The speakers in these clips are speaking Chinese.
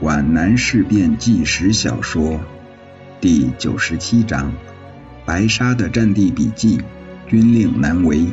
皖南事变纪实小说第97章白沙的战地笔记，军令难违。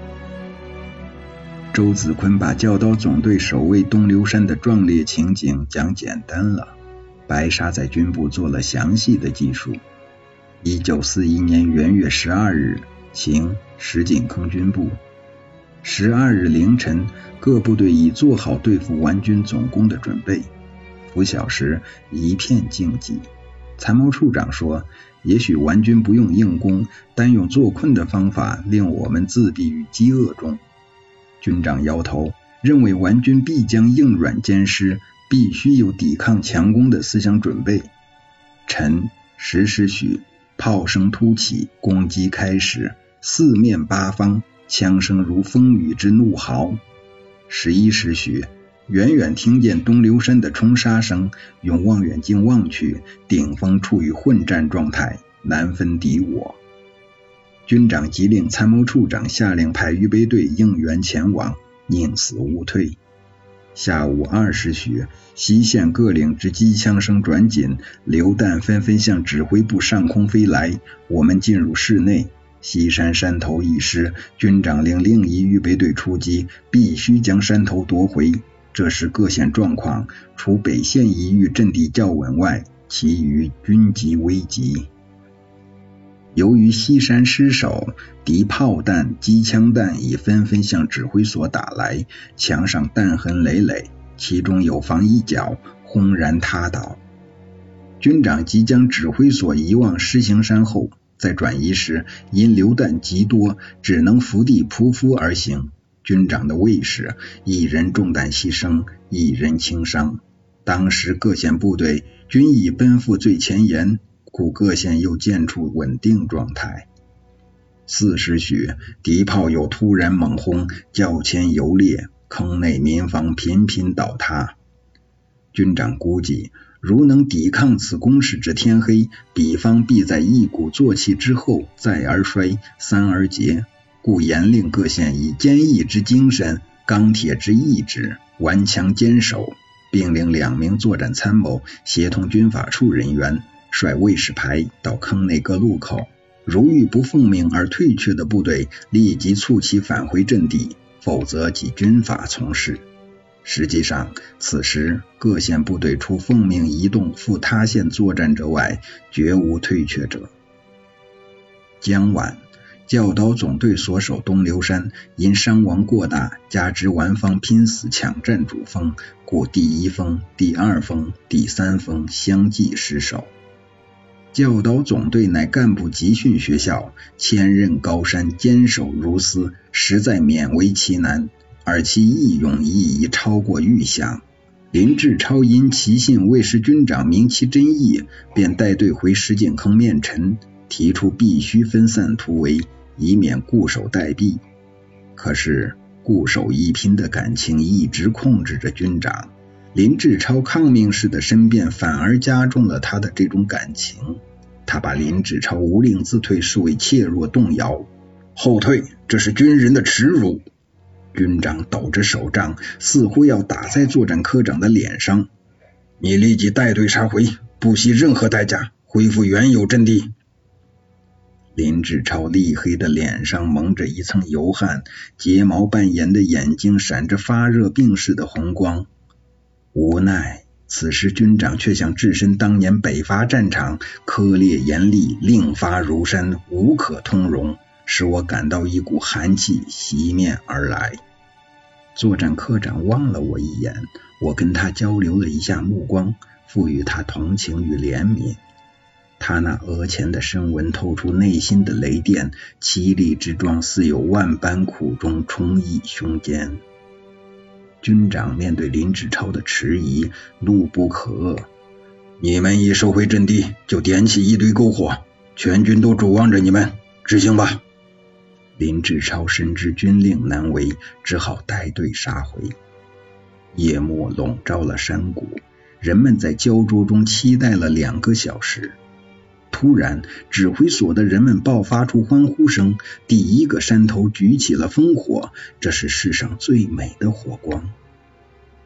周子坤把教导总队守卫东流山的壮烈情景讲简单了，白沙在军部做了详细的记述。1941年元月12日，行石井坑军部。12日凌晨，各部队已做好对付皖军总攻的准备。拂晓时，一片静寂。参谋处长说，也许皖军不用硬攻，单用坐困的方法令我们自毙于饥饿中。军长摇头，认为皖军必将硬软兼施，必须有抵抗强攻的思想准备。晨10时许，炮声突起，攻击开始，四面八方枪声如风雨之怒嚎。11时许，远远听见东流山的冲杀声，用望远镜望去，顶峰处于混战状态，难分敌我。军长急令参谋处长下令派预备队应援前往，宁死勿退。下午2时许，西线各领之机枪声转紧，榴弹纷纷向指挥部上空飞来。我们进入室内，西山山头一失，军长令另一预备队出击，必须将山头夺回。这时各县状况，除北线一隅阵地较稳外，其余均极危急。由于西山失守，敌炮弹、机枪弹已纷纷向指挥所打来，墙上弹痕累累，其中有房一角轰然塌倒。军长即将指挥所移往狮形山后，在转移时因榴弹极多，只能伏地匍匐而行。军长的卫士，一人中弹牺牲，一人轻伤。当时各县部队均已奔赴最前沿，故各县又渐处稳定状态。4时许，敌炮又突然猛轰，较前游猎，坑内民房频频倒塌。军长估计，如能抵抗此攻势至天黑，彼方必在一鼓作气之后再而衰，三而竭，故严令各县以坚毅之精神、钢铁之意志顽强坚守，并令2名作战参谋协同军法处人员率卫士排到坑内各路口，如遇不奉命而退却的部队，立即促其返回阵地，否则即军法从事。实际上，此时各县部队除奉命移动赴他县作战者外，绝无退却者。将晚，教导总队所守东流山因伤亡过大，加之皖方拼死抢占主峰，故第一峰、第二峰、第三峰相继失守。教导总队乃干部集训学校，千仞高山，坚守如斯，实在勉为其难，而其义勇亦已超过预想。林志超因其信卫士军长明其真意，便带队回石井坑面陈，提出必须分散突围，以免固守待毙。可是固守一拼的感情一直控制着军长，林志超抗命式的申辩反而加重了他的这种感情。他把林志超无令自退视为怯弱动摇，后退，这是军人的耻辱。军长抖着手杖，似乎要打在作战科长的脸上。你立即带队杀回，不惜任何代价恢复原有阵地。林志超厉黑的脸上蒙着一层油汗，睫毛半掩的眼睛闪着发热病似的红光。无奈此时军长却像置身当年北伐战场，苛烈严厉，令发如山，无可通融，使我感到一股寒气袭面而来。作战科长望了我一眼，我跟他交流了一下目光，赋予他同情与怜悯。他那额前的深纹透出内心的雷电，凄厉之状似有万般苦衷冲溢胸间。军长面对林志超的迟疑，怒不可遏。你们一收回阵地，就点起一堆篝火，全军都瞩望着你们，执行吧。林志超深知军令难违，只好带队杀回。夜幕笼罩了山谷，人们在焦灼中期待了2个小时。突然，指挥所的人们爆发出欢呼声，第一个山头举起了烽火，这是世上最美的火光。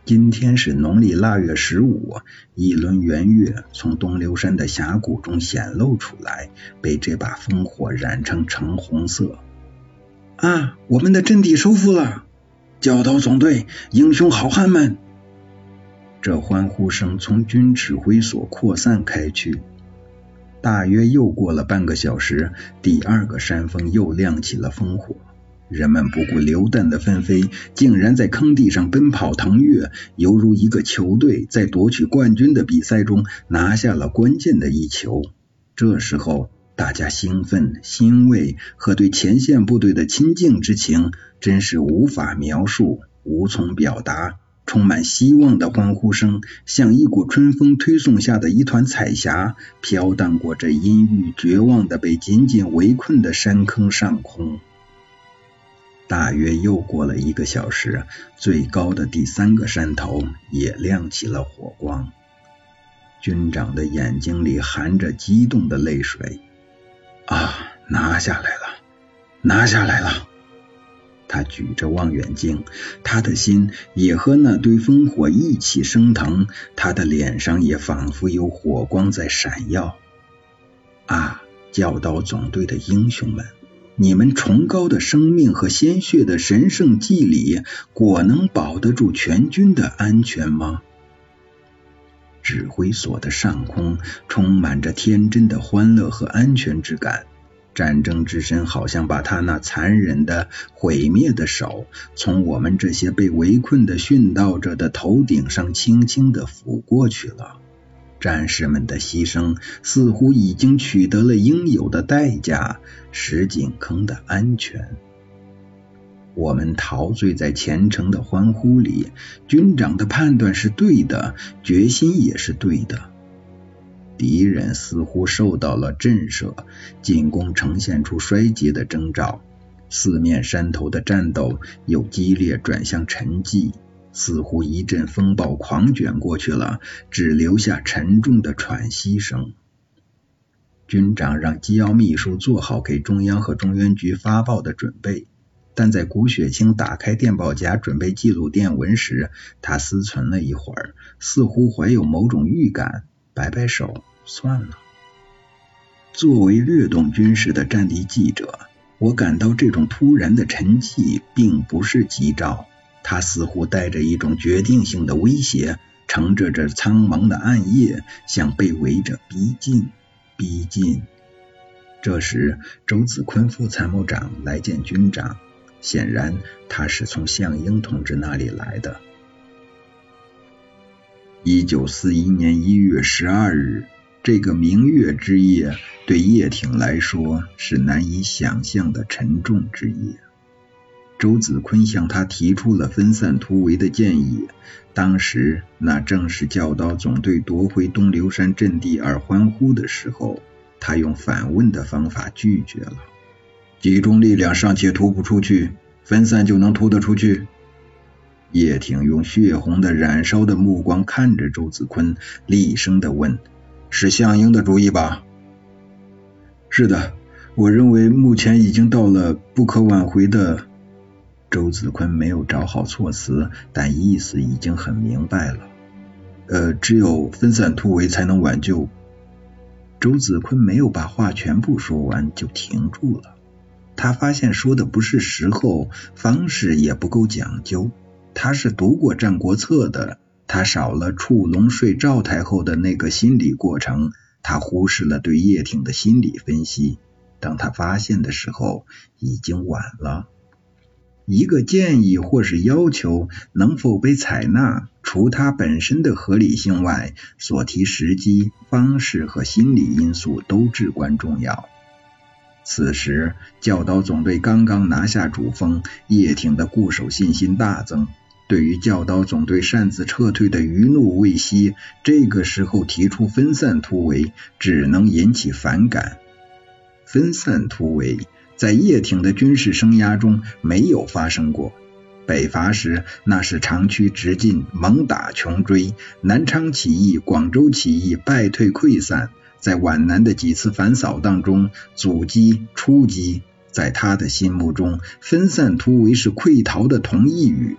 今天是农历腊月15，一轮圆月从东流山的峡谷中显露出来，被这把烽火染成橙红色。啊，我们的阵地收复了！教导总队，英雄好汉们！这欢呼声从军指挥所扩散开去。大约又过了半个小时，第二个山峰又亮起了烽火。人们不顾流弹的纷飞，竟然在坑地上奔跑腾跃，犹如一个球队在夺取冠军的比赛中拿下了关键的一球。这时候大家兴奋、欣慰和对前线部队的亲近之情真是无法描述，无从表达。充满希望的欢呼声像一股春风推送下的一团彩霞，飘荡过这阴郁绝望的被紧紧围困的山坑上空。大约又过了1个小时，最高的第3个山头也亮起了火光。军长的眼睛里含着激动的泪水。啊，拿下来了，拿下来了！他举着望远镜，他的心也和那堆烽火一起升腾，他的脸上也仿佛有火光在闪耀。啊，教导总队的英雄们，你们崇高的生命和鲜血的神圣祭礼，果能保得住全军的安全吗？指挥所的上空充满着天真的欢乐和安全之感，战争之神好像把他那残忍的毁灭的手从我们这些被围困的殉道者的头顶上轻轻地抚过去了。战士们的牺牲似乎已经取得了应有的代价，石井坑的安全。我们陶醉在虔诚的欢呼里，军长的判断是对的，决心也是对的。敌人似乎受到了震慑，进攻呈现出衰竭的征兆，四面山头的战斗由激烈转向沉寂，似乎一阵风暴狂卷过去了，只留下沉重的喘息声。军长让机要秘书做好给中央和中原局发报的准备，但在谷雪清打开电报夹准备记录电文时，他思忖了一会儿，似乎怀有某种预感，摆摆手，算了。作为略懂军事的战地记者，我感到这种突然的沉寂并不是吉兆，它似乎带着一种决定性的威胁，乘着这苍茫的暗夜向被围着逼近。这时周子坤副参谋长来见军长，显然他是从项英同志那里来的。1941年1月12日，这个明月之夜对叶挺来说是难以想象的沉重之夜。周子坤向他提出了分散突围的建议，当时那正是教导总队夺回东流山阵地而欢呼的时候，他用反问的方法拒绝了。集中力量尚且突不出去，分散就能突得出去？叶挺用血红的燃烧的目光看着周子坤，厉声地问：是项英的主意吧？是的，我认为目前已经到了不可挽回的。周子坤没有找好措辞，但意思已经很明白了。只有分散突围才能挽救。周子坤没有把话全部说完就停住了，他发现说的不是时候，方式也不够讲究。他是读过战国策的，他少了触龙睡赵太后的那个心理过程，他忽视了对叶挺的心理分析。当他发现的时候，已经晚了。一个建议或是要求能否被采纳，除它本身的合理性外，所提时机、方式和心理因素都至关重要。此时教导总队刚刚拿下主峰，叶挺的固守信心大增，对于教导总队擅自撤退的余怒未息，这个时候提出分散突围，只能引起反感。分散突围在叶挺的军事生涯中没有发生过。北伐时那是长驱直进，猛打穷追，南昌起义、广州起义败退溃散，在皖南的几次反扫荡中阻击、出击，在他的心目中分散突围是溃逃的同义语。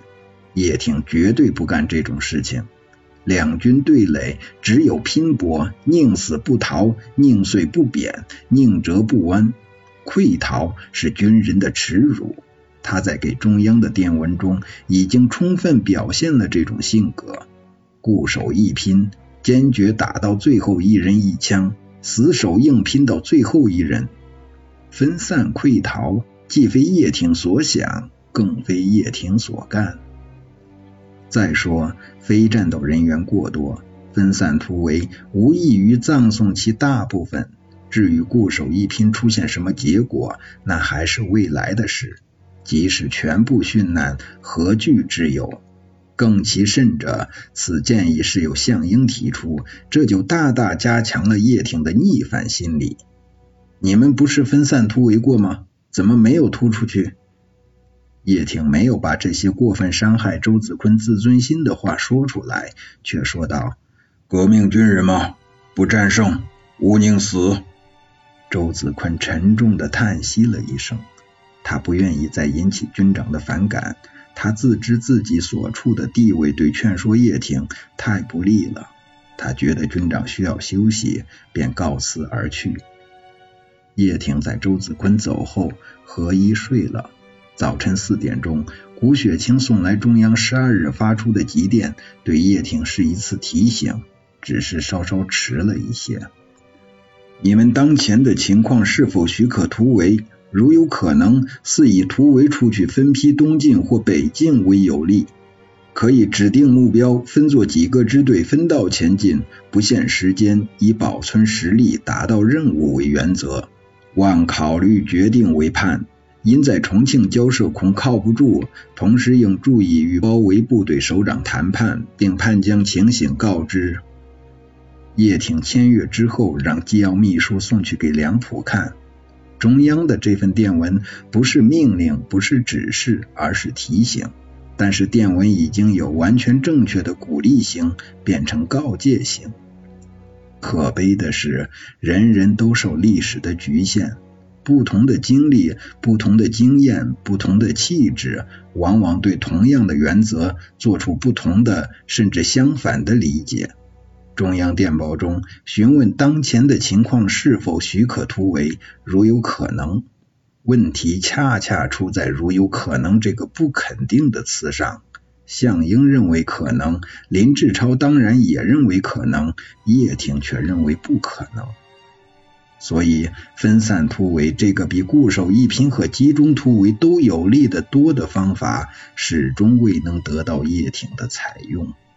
叶挺绝对不干这种事情。两军对垒，只有拼搏，宁死不逃，宁碎不贬，宁折不弯。溃逃是军人的耻辱。他在给中央的电文中已经充分表现了这种性格。固守一拼，坚决打到最后一人一枪，死守硬拼到最后一人。分散溃逃既非叶挺所想，更非叶挺所干。再说，非战斗人员过多，分散突围无异于葬送其大部分。至于固守一拼出现什么结果，那还是未来的事。即使全部殉难，何惧之有？更其甚者，此建议是由项英提出，这就大大加强了叶挺的逆反心理。你们不是分散突围过吗？怎么没有突出去？叶挺没有把这些过分伤害周子坤自尊心的话说出来，却说道：革命军人嘛，不战胜，勿宁死。周子坤沉重地叹息了一声，他不愿意再引起军长的反感，他自知自己所处的地位对劝说叶挺太不利了，他觉得军长需要休息，便告辞而去。叶挺在周子坤走后合衣睡了。早晨4点钟，谷雪清送来中央12日发出的急电，对叶挺是一次提醒，只是稍稍迟了一些。你们当前的情况是否许可突围？如有可能，似以突围出去分批东进或北进为有利。可以指定目标，分作几个支队分道前进，不限时间，以保存实力达到任务为原则。望考虑决定为盼。因在重庆交涉恐靠不住，同时应注意与包围部队首长谈判，并盼将情形告知。叶挺签约之后，让机要秘书送去给梁普看。中央的这份电文不是命令，不是指示，而是提醒。但是电文已经有完全正确的鼓励型变成告诫型。可悲的是，人人都受历史的局限。不同的经历，不同的经验，不同的气质，往往对同样的原则做出不同的甚至相反的理解。中央电报中询问当前的情况是否许可突围，如有可能。问题恰恰出在如有可能这个不肯定的词上。项英认为可能，林志超当然也认为可能，叶挺却认为不可能。所以分散突围这个比固守一拼和集中突围都有利得多的方法，始终未能得到叶挺的采用。